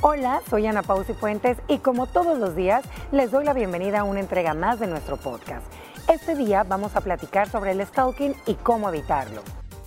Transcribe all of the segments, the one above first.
Hola, soy Ana Pausi Fuentes y como todos los días, les doy la bienvenida a una entrega más de nuestro podcast. Este día vamos a platicar sobre el stalking y cómo evitarlo.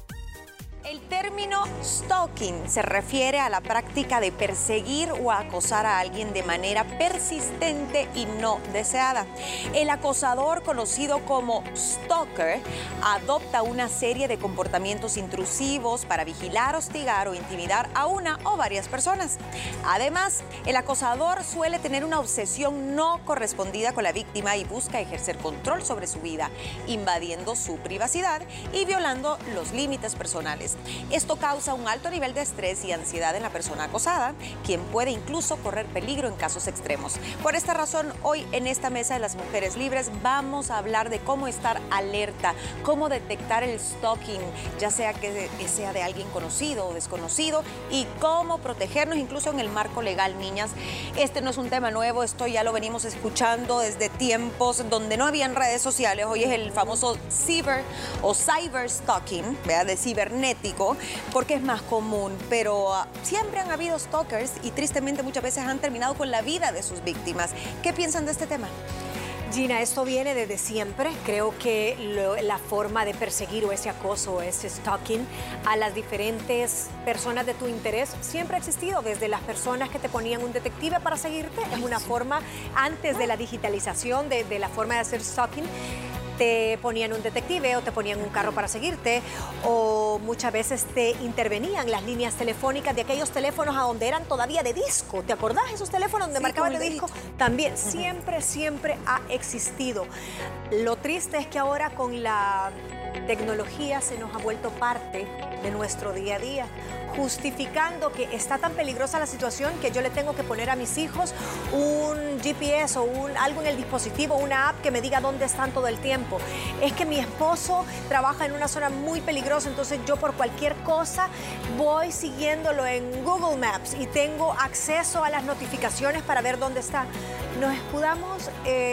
El término stalking se refiere a la práctica de perseguir o acosar a alguien de manera persistente y no deseada. El acosador, conocido como stalker, adopta una serie de comportamientos intrusivos para vigilar, hostigar o intimidar a una o varias personas. Además, el acosador suele tener una obsesión no correspondida con la víctima y busca ejercer control sobre su vida, invadiendo su privacidad y violando los límites personales. Esto causa un alto nivel de estrés y ansiedad en la persona acosada, quien puede incluso correr peligro en casos extremos. Por esta razón, hoy en esta mesa de las mujeres libres vamos a hablar de cómo estar alerta, cómo detectar el stalking, ya sea que sea de alguien conocido o desconocido, y cómo protegernos incluso en el marco legal, niñas. Este no es un tema nuevo, esto ya lo venimos escuchando desde tiempos donde no habían redes sociales. Hoy es el famoso cyber stalking, ¿verdad? De cibernético, porque es más común, pero siempre han habido stalkers y tristemente muchas veces han terminado con la vida de sus víctimas. ¿Qué piensan de este tema? Gina, esto viene desde siempre. Creo que la forma de perseguir o ese acoso o ese stalking a las diferentes personas de tu interés siempre ha existido. Desde las personas que te ponían un detective para seguirte, es una forma, antes de la digitalización de la forma de hacer stalking, te ponían un detective o te ponían un carro para seguirte, o muchas veces te intervenían las líneas telefónicas de aquellos teléfonos a donde eran todavía de disco. ¿Te acordás de esos teléfonos donde marcaban de disco? También, siempre ha existido. Lo triste es que ahora con la tecnología se nos ha vuelto parte de nuestro día a día, justificando que está tan peligrosa la situación que yo le tengo que poner a mis hijos un GPS o algo en el dispositivo, una app que me diga dónde están todo el tiempo. Es que mi esposo trabaja en una zona muy peligrosa, entonces yo por cualquier cosa voy siguiéndolo en Google Maps y tengo acceso a las notificaciones para ver dónde está. Nos escudamos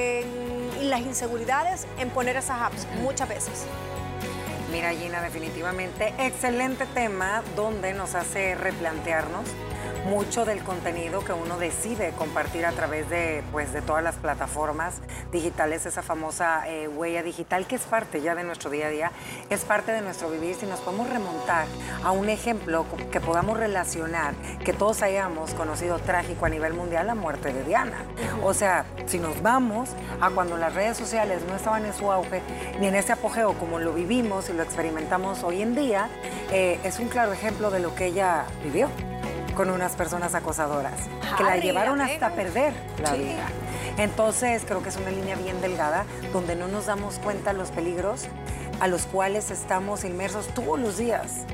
en las inseguridades en poner esas apps muchas veces. Mira, Gina, definitivamente excelente tema donde nos hace replantearnos mucho del contenido que uno decide compartir a través de todas las plataformas digitales, esa famosa huella digital que es parte ya de nuestro día a día, es parte de nuestro vivir. Si nos podemos remontar a un ejemplo que podamos relacionar, que todos hayamos conocido trágico a nivel mundial, la muerte de Diana. O sea, si nos vamos a cuando las redes sociales no estaban en su auge, ni en ese apogeo como lo vivimos y lo experimentamos hoy en día, es un claro ejemplo de lo que ella vivió con unas personas acosadoras que la llevaron hasta perder la vida. Entonces, creo que es una línea bien delgada donde no nos damos cuenta de los peligros a los cuales estamos inmersos todos los días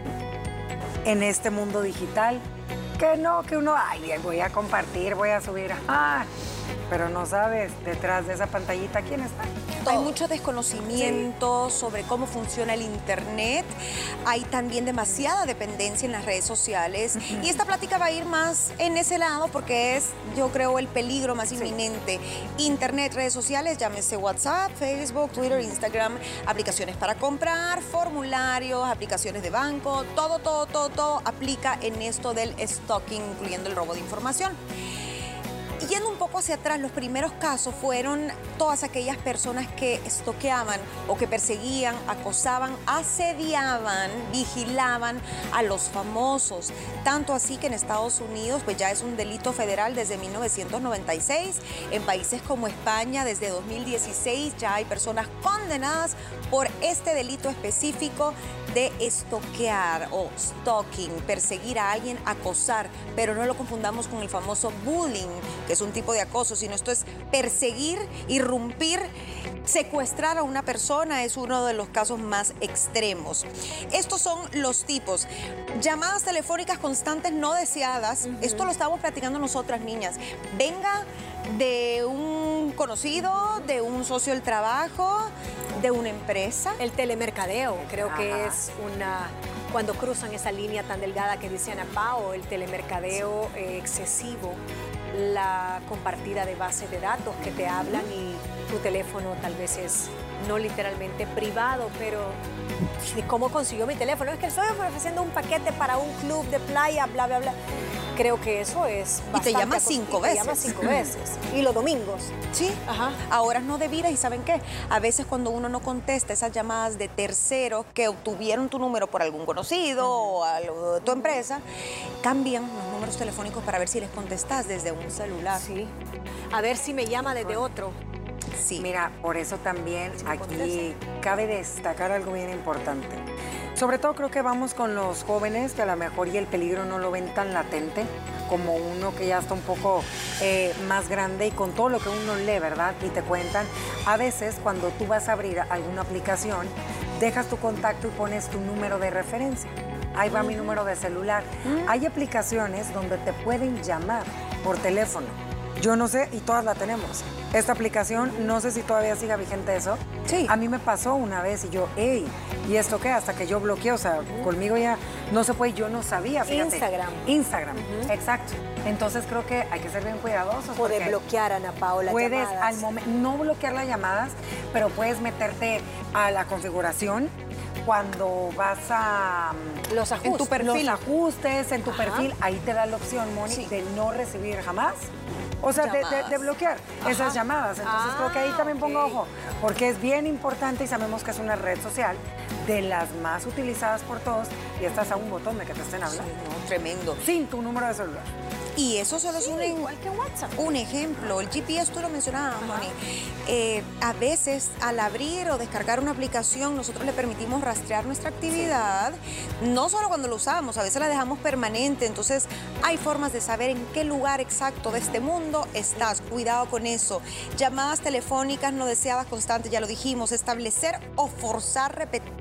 en este mundo digital. Que uno, ay, voy a compartir, voy a subir, pero no sabes detrás de esa pantallita quién está. Hay mucho desconocimiento sobre cómo funciona el Internet. Hay también demasiada dependencia en las redes sociales. Y esta plática va a ir más en ese lado porque es, yo creo, el peligro más inminente. Internet, redes sociales, llámese WhatsApp, Facebook, Twitter, Instagram, aplicaciones para comprar, formularios, aplicaciones de banco, todo aplica en esto del stalking, incluyendo el robo de información. Yendo un poco hacia atrás, los primeros casos fueron todas aquellas personas que estoqueaban o que perseguían, acosaban, asediaban, vigilaban a los famosos. Tanto así que en Estados Unidos pues ya es un delito federal desde 1996. En países como España desde 2016 ya hay personas condenadas por este delito específico de estoquear o stalking, perseguir a alguien, acosar, pero no lo confundamos con el famoso bullying, que es un tipo de acoso, sino esto es perseguir, irrumpir, secuestrar a una persona, es uno de los casos más extremos. Estos son los tipos. Llamadas telefónicas constantes no deseadas, esto lo estamos platicando nosotras, niñas. Venga de un conocido, de un socio del trabajo, de una empresa. El telemercadeo, creo que es cuando cruzan esa línea tan delgada que dice Ana Pao, el telemercadeo excesivo, la compartida de bases de datos que te hablan y tu teléfono tal vez es no literalmente privado, pero ¿cómo consiguió mi teléfono? Es que estoy ofreciendo un paquete para un club de playa, bla, bla, bla. Creo que eso es bastante. Y te llama 5 veces. Te llama 5 veces. Y los domingos. Sí, Ajá. a horas no debidas. ¿Y saben qué? A veces cuando uno no contesta esas llamadas de terceros que obtuvieron tu número por algún conocido o algo de tu empresa, cambian los números telefónicos para ver si les contestas desde un celular. Sí. A ver si me llama desde otro. Sí. Mira, por eso también aquí cabe destacar algo bien importante. Sobre todo creo que vamos con los jóvenes que a lo mejor y el peligro no lo ven tan latente como uno que ya está un poco más grande y con todo lo que uno lee, ¿verdad? Y te cuentan. A veces cuando tú vas a abrir alguna aplicación, dejas tu contacto y pones tu número de referencia. Ahí va mi número de celular. Hay aplicaciones donde te pueden llamar por teléfono. Yo no sé, y todas la tenemos. Esta aplicación, no sé si todavía siga vigente eso. Sí. A mí me pasó una vez y yo, hey, ¿y esto qué? Hasta que yo bloqueé, o sea, conmigo ya no se puede, yo no sabía, fíjate. Instagram, exacto. Entonces creo que hay que ser bien cuidadosos. Poder bloquear, Ana Paola, puedes llamadas. al momento, no bloquear las llamadas, pero puedes meterte a la configuración cuando vas a Los ajustes. En tu perfil. los ajustes en tu perfil, ahí te da la opción, Moni, de no recibir jamás. O sea, de bloquear esas llamadas. Entonces creo que ahí también pongo ojo, porque es bien importante y sabemos que es una red social de las más utilizadas por todos y estás a un botón de que te estén hablando. No, tremendo. Sin tu número de celular. Y eso solo es igual que WhatsApp. un ejemplo. El GPS, tú lo mencionabas, Moni. A veces, al abrir o descargar una aplicación, nosotros le permitimos rastrear nuestra actividad, no solo cuando lo usamos, a veces la dejamos permanente. Entonces, hay formas de saber en qué lugar exacto de este mundo estás. Cuidado con eso. Llamadas telefónicas no deseadas constantes, ya lo dijimos. Establecer o forzar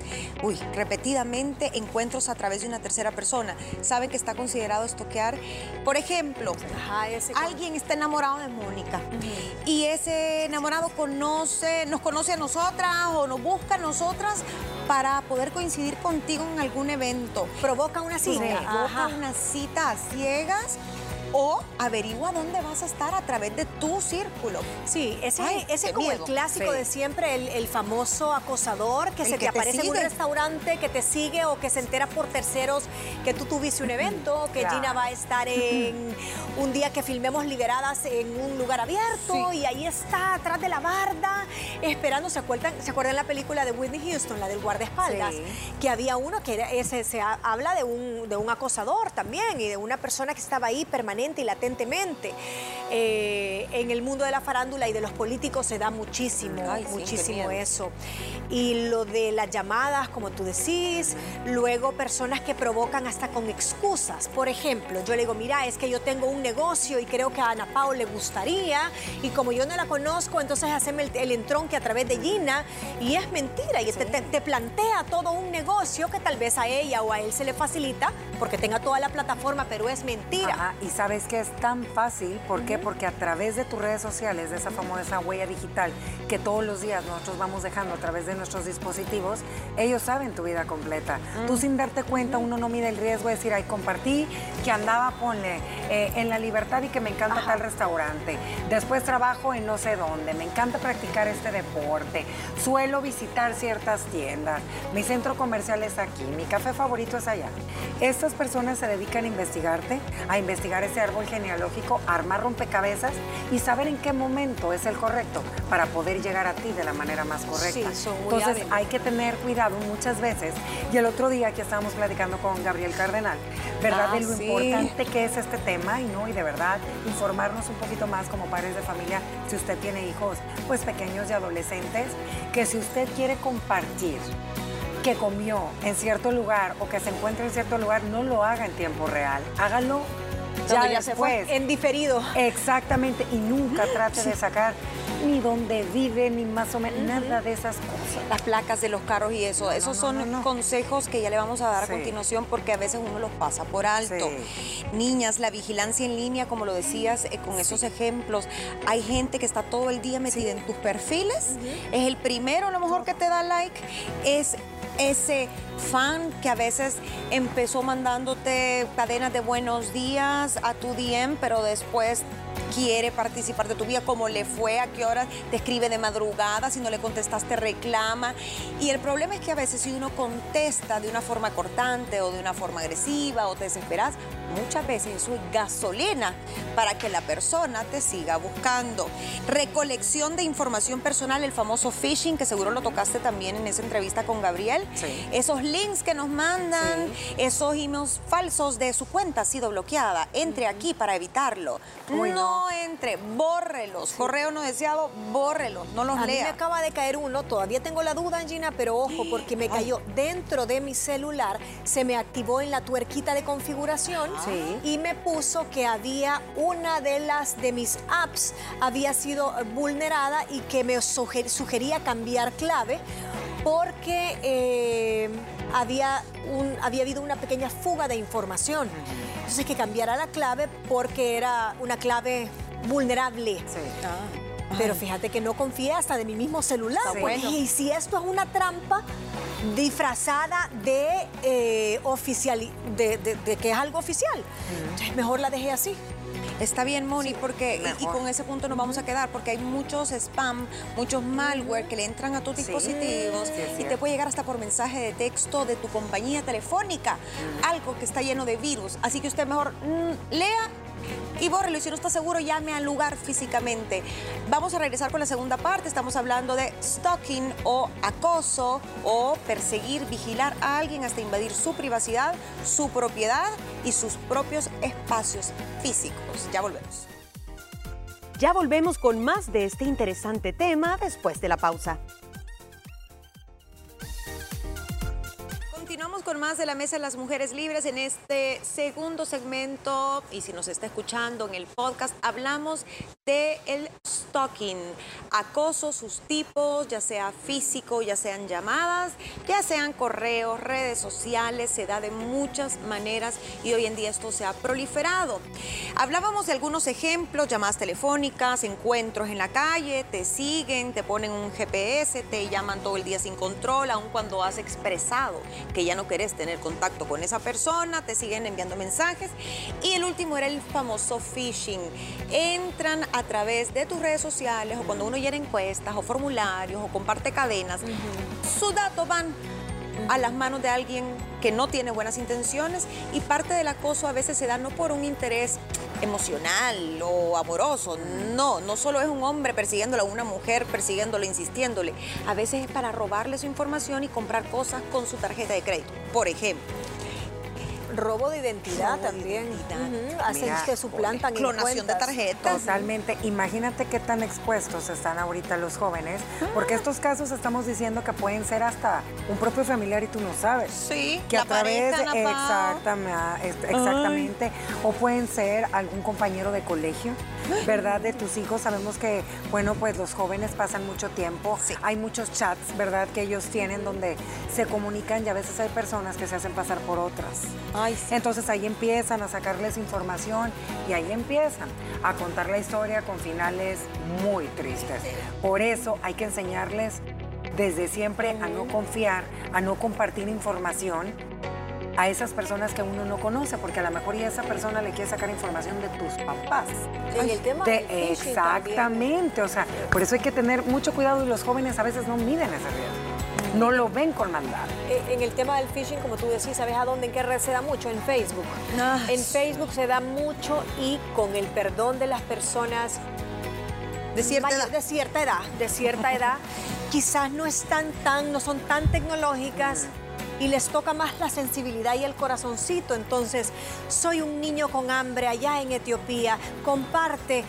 repetidamente encuentros a través de una tercera persona. ¿Saben que está considerado estoquear? Por ejemplo, alguien está enamorado de Mónica y ese enamorado nos conoce a nosotras o nos busca a nosotras para poder coincidir contigo en algún evento. Provoca una cita. Provoca una cita a ciegas o averigua dónde vas a estar a través de tu círculo. Sí, ese como miedo. el clásico de siempre, el famoso acosador que El se que te te aparece en un sigue. restaurante, que te sigue o que se entera por terceros que tú tuviste un evento, que Claro. Gina va a estar en un día que filmemos Liberadas en un lugar abierto y ahí está atrás de la barda esperando. ¿Se acuerdan la película de Whitney Houston, la del guardaespaldas? Sí. Que había uno que habla de un acosador también y de una persona que estaba ahí permanente y latentemente. En el mundo de la farándula y de los políticos se da muchísimo, Ay, sí, muchísimo qué miedo. eso. Y lo de las llamadas, como tú decís, luego personas que provocan hasta con excusas. Por ejemplo, yo le digo, mira, es que yo tengo un negocio y creo que a Ana Pao le gustaría, y como yo no la conozco, entonces haceme el entronque a través de Gina, y es mentira, y te plantea todo un negocio que tal vez a ella o a él se le facilita porque tenga toda la plataforma, pero es mentira. Ajá, y sabes que es tan fácil, ¿por qué? Porque a través de tus redes sociales, de esa famosa huella digital que todos los días nosotros vamos dejando a través de nuestros dispositivos, ellos saben tu vida completa. Tú sin darte cuenta, uno no mide el riesgo de decir, ay, compartí que andaba, ponle, en La Libertad y que me encanta tal restaurante. Después trabajo en no sé dónde, me encanta practicar este deporte, suelo visitar ciertas tiendas, mi centro comercial es aquí, mi café favorito es allá. Estas personas se dedican a investigarte, a investigar ese árbol genealógico, a armar rompecabezas y saber en qué momento es el correcto para poder llegar a ti de la manera más correcta. Sí, son muy Entonces hábiles. hay que tener cuidado muchas veces. Y el otro día que estábamos platicando con Gabriel Cardenal, ¿verdad? De lo sí. importante que es este tema y de verdad informarnos un poquito más como padres de familia, si usted tiene hijos pues pequeños y adolescentes, que si usted quiere compartir que comió en cierto lugar o que se encuentra en cierto lugar, no lo haga en tiempo real, hágalo Cuando ya se fue después. en diferido. Exactamente, y nunca trate de sacar ni dónde vive, ni más o menos, nada de esas cosas. Las placas de los carros y eso. Esos son consejos que ya le vamos a dar Sí. a continuación porque a veces uno los pasa por alto. Sí. Niñas, la vigilancia en línea, como lo decías, con esos ejemplos. Hay gente que está todo el día metida en tus perfiles. Es el primero a lo mejor que te da like. Es ese fan que a veces empezó mandándote cadenas de buenos días a tu DM, pero después quiere participar de tu vida, cómo le fue, a qué horas, te escribe de madrugada, si no le contestaste reclama. Y el problema es que a veces si uno contesta de una forma cortante o de una forma agresiva o te desesperas, muchas veces eso es gasolina para que la persona te siga buscando. Recolección de información personal, el famoso phishing, que seguro lo tocaste también en esa entrevista con Gabriel. Sí. Esos links que nos mandan, esos emails falsos de su cuenta ha sido bloqueada. Entre aquí para evitarlo. Uy, no entre, bórrelos. Correo no deseado, bórrelos, no los A mí me lea. acaba de caer uno, todavía tengo la duda, Gina, pero ojo, porque me cayó dentro de mi celular, se me activó en la tuerquita de configuración y me puso que había una de mis apps había sido vulnerada y que me sugería cambiar clave porque había habido una pequeña fuga de información. Entonces que cambiara la clave porque era una clave vulnerable. Sí. Pero fíjate que no confié hasta de mi mismo celular. Está bueno. Y si esto es una trampa disfrazada de de que es algo oficial, entonces mejor la dejé así. Está bien, Moni, porque y mejor. con ese punto nos vamos a quedar, porque hay muchos spam, muchos malware que le entran a tus dispositivos sí, es y te cierto. puede llegar hasta por mensaje de texto de tu compañía telefónica, algo que está lleno de virus. Así que usted mejor lea y bórrelo, y si no está seguro, llame al lugar físicamente. Vamos a regresar con la segunda parte. Estamos hablando de stalking o acoso o perseguir, vigilar a alguien hasta invadir su privacidad, su propiedad y sus propios espacios físicos. Ya volvemos. Ya volvemos con más de este interesante tema después de la pausa. Continuamos con más de la Mesa de las Mujeres Libres en este segundo segmento, y si nos está escuchando en el podcast, hablamos del stalking, acoso, sus tipos, ya sea físico, ya sean llamadas, ya sean correos, redes sociales, se da de muchas maneras y hoy en día esto se ha proliferado. Hablábamos de algunos ejemplos, llamadas telefónicas, encuentros en la calle, te siguen, te ponen un GPS, te llaman todo el día sin control, aun cuando has expresado que ya no querés tener contacto con esa persona, te siguen enviando mensajes. Y el último era el famoso phishing. Entran a través de tus redes sociales o cuando uno llena encuestas o formularios o comparte cadenas, sus datos van a las manos de alguien que no tiene buenas intenciones, y parte del acoso a veces se da no por un interés emocional o amoroso, no solo es un hombre persiguiéndolo, a una mujer persiguiéndolo, insistiéndole, a veces es para robarle su información y comprar cosas con su tarjeta de crédito, por ejemplo. Robo de identidad Robo de también. identidad. Hacen Mira, que suplantan en Clonación de cuentas. tarjetas. Totalmente. Imagínate qué tan expuestos están ahorita los jóvenes, porque estos casos estamos diciendo que pueden ser hasta un propio familiar y tú no sabes. Sí, Que la a través pareja, de, Ana Pao. exactamente, o pueden ser algún compañero de colegio, ¿verdad? De tus hijos. Sabemos que, bueno, pues los jóvenes pasan mucho tiempo. Sí. Hay muchos chats, ¿verdad? Que ellos tienen donde se comunican y a veces hay personas que se hacen pasar por otras. Ay, sí. Entonces ahí empiezan a sacarles información y ahí empiezan a contar la historia con finales muy tristes. Por eso hay que enseñarles desde siempre a no confiar, a no compartir información a esas personas que uno no conoce, porque a lo mejor ya esa persona le quiere sacar información de tus papás. En el tema del phishing Exactamente, o sea, por eso hay que tener mucho cuidado y los jóvenes a veces no miden ese riesgo. No lo ven con maldad. En el tema del phishing, como tú decís, ¿sabes a dónde? ¿En qué red se da mucho? En Facebook. Ah, En Facebook se da mucho, y con el perdón de las personas De cierta edad. de cierta edad, quizás no son tan tecnológicas y les toca más la sensibilidad y el corazoncito. Entonces, soy un niño con hambre allá en Etiopía, comparte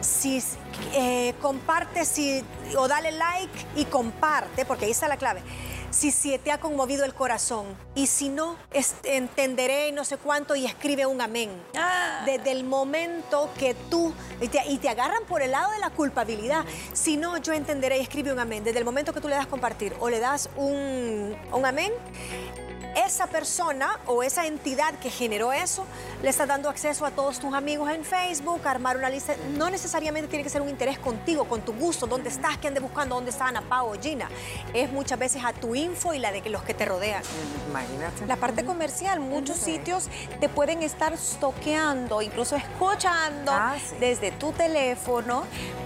o dale like y comparte, porque ahí está la clave. Si te ha conmovido el corazón, y si no, entenderé y no sé cuánto, y escribe un amén. Desde el momento que tú, y te agarran por el lado de la culpabilidad, si no, yo entenderé y escribe un amén. Desde el momento que tú le das compartir o le das un amén, esa persona o esa entidad que generó eso le está dando acceso a todos tus amigos en Facebook, a armar una lista. No necesariamente tiene que ser un interés contigo, con tu gusto, dónde estás, qué andes buscando, dónde está Ana Pao o Gina. Es muchas veces a tu info y la de los que te rodean. Imagínate. La parte comercial, muchos sitios te pueden estar stalkeando, incluso escuchando Sí. desde tu teléfono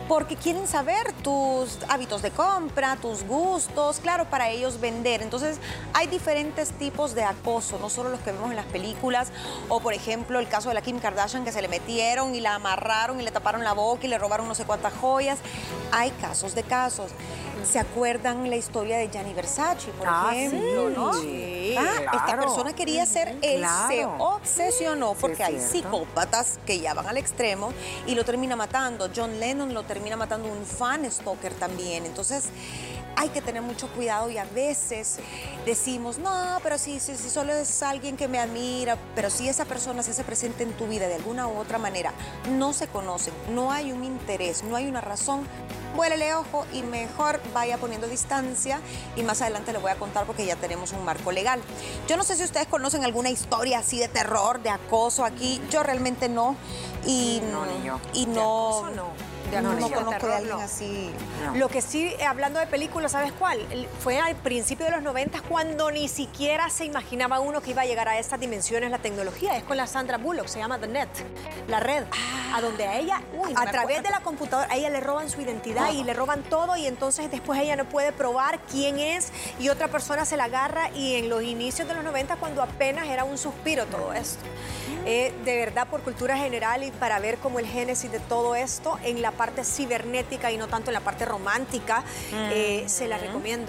porque quieren saber tus hábitos de compra, tus gustos, claro, para ellos vender. Entonces, hay diferentes tipos de acoso, no solo los que vemos en las películas, o por ejemplo, el caso de la Kim Kardashian, que se le metieron y la amarraron y le taparon la boca y le robaron no sé cuántas joyas. Hay casos de casos. ¿Se acuerdan la historia de Gianni Versace, por ejemplo, sí, no? sí, Esta claro. persona quería ser él, Claro. se obsesionó, porque Sí, es hay cierto. psicópatas que ya van al extremo y lo termina matando. John Lennon lo termina matando un fan stalker también. Entonces, hay que tener mucho cuidado y a veces decimos, no, pero si solo es alguien que me admira, pero si esa persona se hace presente en tu vida de alguna u otra manera, no se conocen, no hay un interés, no hay una razón, vuélele ojo y mejor vaya poniendo distancia y más adelante le voy a contar porque ya tenemos un marco legal. Yo no sé si ustedes conocen alguna historia así de terror, de acoso aquí, yo realmente no. Y No, ni yo. Y De no, acoso, no. De no, acoso, no conozco de terror, alguien no. así. No. Lo que sí, hablando de películas, ¿sabes cuál? Fue al principio de los 90 cuando ni siquiera se imaginaba uno que iba a llegar a estas dimensiones la tecnología. Es con la Sandra Bullock, se llama The Net, la red, a donde a ella, Uy, no a me través acuerdo. de la computadora, a ella le roban su identidad y le roban todo y entonces después ella no puede probar quién es y otra persona se la agarra y en los inicios de los 90 cuando apenas era un suspiro todo esto. De verdad, por cultura general y para ver como el génesis de todo esto en la parte cibernética y no tanto en la parte romántica, se la recomiendo.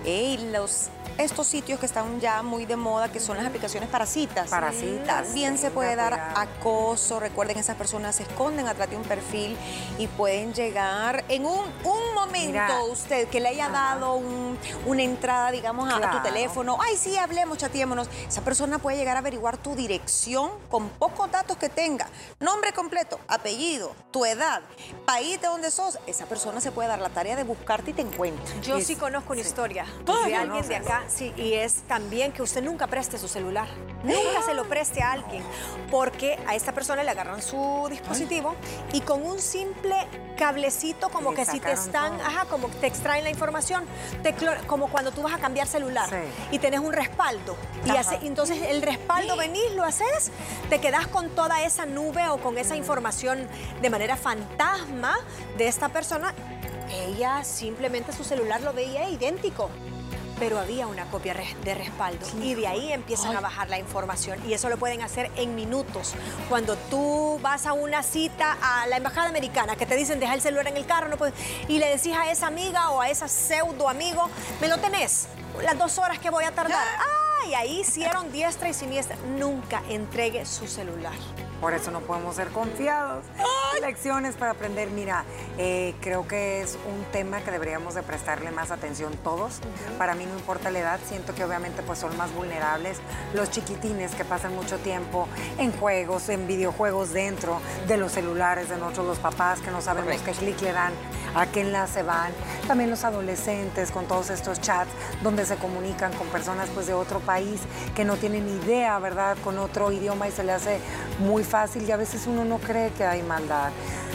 Estos sitios que están ya muy de moda, que son las aplicaciones para citas. Para citas, También se tenga puede dar cuidado. acoso. Recuerden, esas personas se esconden atrás de un perfil y pueden llegar en un momento, Mira. usted que le haya dado una entrada, digamos, a tu Claro. teléfono. Ay, sí, hablemos, chateémonos. Esa persona puede llegar a averiguar tu dirección con pocos datos que tenga. Nombre completo, apellido, tu edad, país de donde sos. Esa persona se puede dar la tarea de buscarte y te encuentra. Yo Y- sí conozco una historia Ay, de alguien de ¿conoces? acá, sí, y es también que usted nunca preste su celular. Nunca se lo preste a alguien, porque a esta persona le agarran su dispositivo y con un simple cablecito, como Le que si te sacaron están, todo. como que te extraen la información, como cuando tú vas a cambiar celular Sí. y tenés un respaldo. Y entonces el respaldo venís, lo haces, te quedás con toda esa nube o con esa información de manera fantasma de esta persona. Ella simplemente su celular lo veía idéntico, pero había una copia de respaldo y de ahí empiezan a bajar la información y eso lo pueden hacer en minutos. Cuando tú vas a una cita a la embajada americana que te dicen deja el celular en el carro no puedes, y le decís a esa amiga o a esa pseudo amigo, me lo tenés, las 2 horas que voy a tardar. Y ahí hicieron diestra y siniestra. Nunca entregue su celular. Por eso no podemos ser confiados. Lecciones para aprender. Mira, creo que es un tema que deberíamos de prestarle más atención todos. Para mí no importa la edad, siento que obviamente pues son más vulnerables los chiquitines que pasan mucho tiempo en juegos, en videojuegos dentro de los celulares de nosotros los papás que no sabemos qué clic le dan, a qué enlace van. También los adolescentes con todos estos chats donde se comunican con personas pues de otro país que no tienen idea, ¿verdad? Con otro idioma y se le hace muy fácil y a veces uno no cree que hay maldad.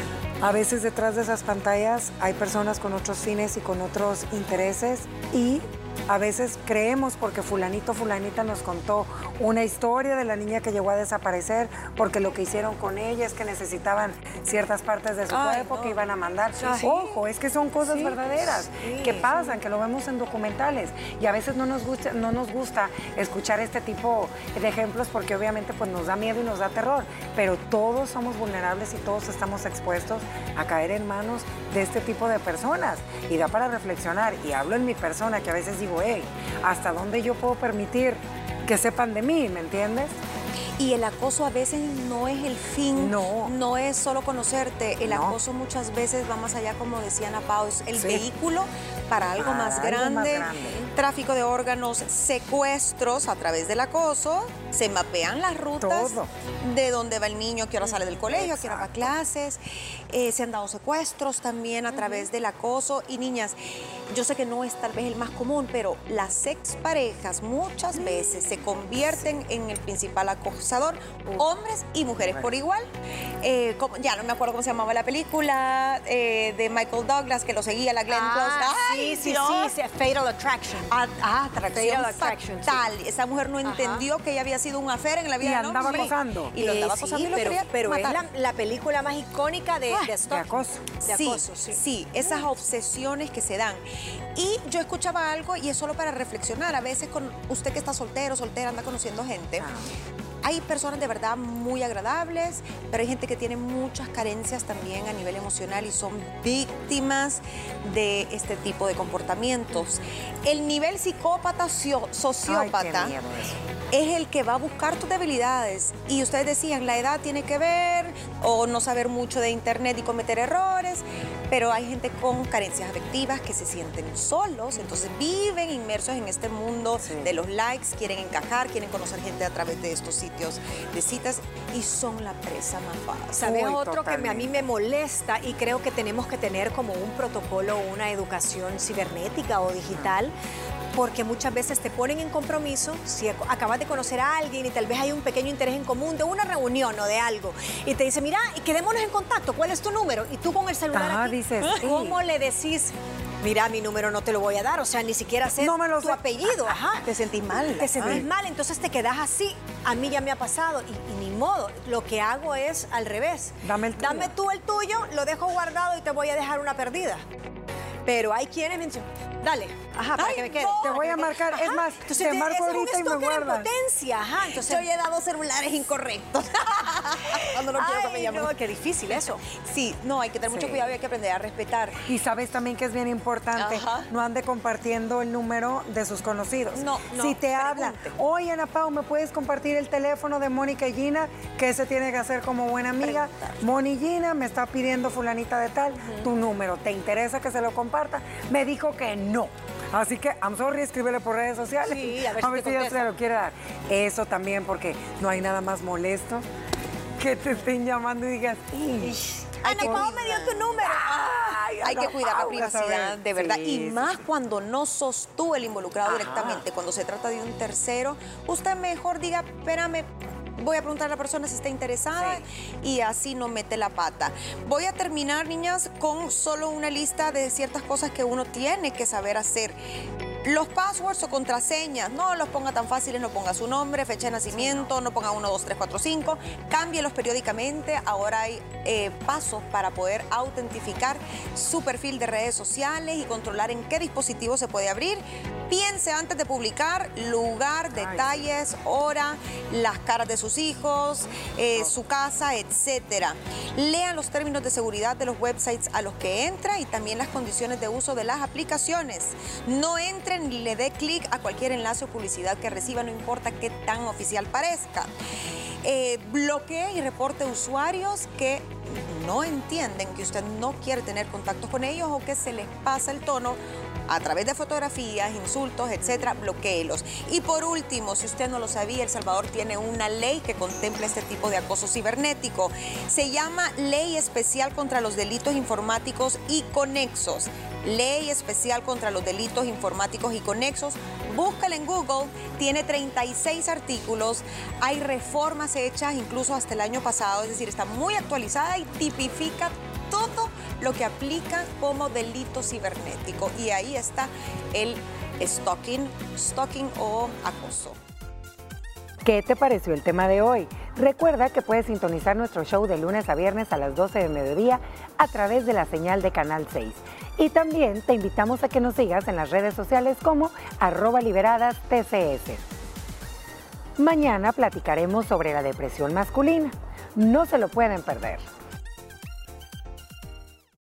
A veces detrás de esas pantallas hay personas con otros fines y con otros intereses y a veces creemos porque fulanito, fulanita nos contó una historia de la niña que llegó a desaparecer porque lo que hicieron con ella es que necesitaban ciertas partes de su cuerpo que iban a mandar. Ojo, es que son cosas verdaderas que pasan, que lo vemos en documentales y a veces no nos gusta escuchar este tipo de ejemplos porque obviamente pues nos da miedo y nos da terror, pero todos somos vulnerables y todos estamos expuestos a caer en manos de este tipo de personas y da para reflexionar y hablo en mi persona que a veces digo, hey, ¿hasta dónde yo puedo permitir que sepan de mí? ¿Me entiendes? Y el acoso a veces no es el fin, No. no es solo conocerte. El No. acoso muchas veces va más allá, como decía Ana Pao, es el Sí. vehículo para algo Para más algo grande. más grande. Tráfico de órganos, secuestros a través del acoso, se mapean las rutas Todo. de dónde va el niño, a qué hora sale del colegio, a qué hora va a clases. Se han dado secuestros también a través del acoso. Y niñas, yo sé que no es tal vez el más común, pero las exparejas muchas veces se convierten en el principal acosador, hombres y mujeres por igual. Ya no me acuerdo cómo se llamaba la película de Michael Douglas, que lo seguía la Glenn Close. ¡Ay, sí, Dios! Fatal Attraction. Atracción Fatal Attraction, fatal. Esa mujer no entendió que ella había sido sido un affair en la vida Y del hombre. andaba acosando. Y lo andaba Sí, acosando y lo quería pero es matar. la película más icónica de De stalking. acoso. De Sí, acoso, sí. sí, esas obsesiones que se dan. Y yo escuchaba algo y es solo para reflexionar. A veces con usted que está soltero, soltera, anda conociendo gente. Hay personas de verdad muy agradables, pero hay gente que tiene muchas carencias también a nivel emocional y son víctimas de este tipo de comportamientos. El nivel psicópata, sociópata, Ay, qué miedo eso. es el que va a buscar tus debilidades. Y ustedes decían, la edad tiene que ver, o no saber mucho de internet y cometer errores, pero hay gente con carencias afectivas que se sienten solos, entonces viven inmersos en este mundo de los likes, quieren encajar, quieren conocer gente a través de estos sitios de citas y son la presa más fácil. ¿Sabes Uy, otro que a mí totalmente. me molesta y creo que tenemos que tener como un protocolo, una educación cibernética o digital? Porque muchas veces te ponen en compromiso, si acabas de conocer a alguien y tal vez hay un pequeño interés en común de una reunión o de algo, y te dice, mira, quedémonos en contacto, ¿cuál es tu número? Y tú con el celular Ajá, aquí, dices, sí. ¿cómo le decís? Mira, mi número no te lo voy a dar, o sea, ni siquiera sé No me lo tu sé. apellido. Ajá. Te sentís mal. Te sentís mal, entonces te quedas así. A mí ya me ha pasado y ni modo. Lo que hago es al revés. Dame el tuyo. Dame tú el tuyo, lo dejo guardado y te voy a dejar una perdida. Pero hay quienes me dicen, dale, ajá, para Ay, que me quede. no. Te voy a marcar, es más, te marco ahorita y me Es un stalker en guardas. potencia, ajá. Entonces, Yo he dado celulares incorrectos. Cuando no quiero que me ay, llamen. no, qué difícil eso. Sí, no, hay que tener mucho Sí. cuidado y hay que aprender a respetar. Y sabes también que es bien importante, Ajá. no ande compartiendo el número de sus conocidos. No, Si te hablan, pregunte. oye Ana Pau, ¿me puedes compartir el teléfono de Mónica y Gina? ¿Qué se tiene que hacer como buena amiga? Preguntar. Moni y Gina me está pidiendo fulanita de tal, tu número. ¿Te interesa que se lo comparta? Me dijo que no. Así que, I'm sorry, escríbele por redes sociales. Sí, a ver si te si ella contesta. se lo quiere dar. Eso también, porque no hay nada más molesto que te estén llamando y digas, Ana Pau me dio tu número. Hay que cuidar la Pau, privacidad, ¿sabes? de verdad. Sí, Y sí, más sí. cuando no sos tú el involucrado directamente, cuando se trata de un tercero, usted mejor diga, espérame, voy a preguntar a la persona si está interesada y así no mete la pata. Voy a terminar, niñas, con solo una lista de ciertas cosas que uno tiene que saber hacer. Los passwords o contraseñas, no los ponga tan fáciles, no ponga su nombre, fecha de nacimiento, no ponga 1, 2, 3, 4, 5, cámbielos periódicamente. Ahora hay pasos para poder autentificar su perfil de redes sociales y controlar en qué dispositivo se puede abrir. Piense antes de publicar lugar, detalles, hora, las caras de sus hijos, su casa, etcétera. Lea los términos de seguridad de los websites a los que entra y también las condiciones de uso de las aplicaciones. No entre ni le dé clic a cualquier enlace o publicidad que reciba, no importa qué tan oficial parezca. Bloquee y reporte usuarios que no entienden que usted no quiere tener contactos con ellos o que se les pasa el tono a través de fotografías, insultos, etcétera, bloquéelos. Y por último, si usted no lo sabía, El Salvador tiene una ley que contempla este tipo de acoso cibernético. Se llama Ley Especial contra los Delitos Informáticos y Conexos. Ley Especial contra los Delitos Informáticos y Conexos. Búscala en Google, tiene 36 artículos, hay reformas hechas incluso hasta el año pasado, es decir, está muy actualizada y tipifica todo lo que aplica como delito cibernético. Y ahí está el stalking o acoso. ¿Qué te pareció el tema de hoy? Recuerda que puedes sintonizar nuestro show de lunes a viernes a las 12 de mediodía a través de la señal de Canal 6. Y también te invitamos a que nos sigas en las redes sociales como @liberadastcs. Mañana platicaremos sobre la depresión masculina. No se lo pueden perder.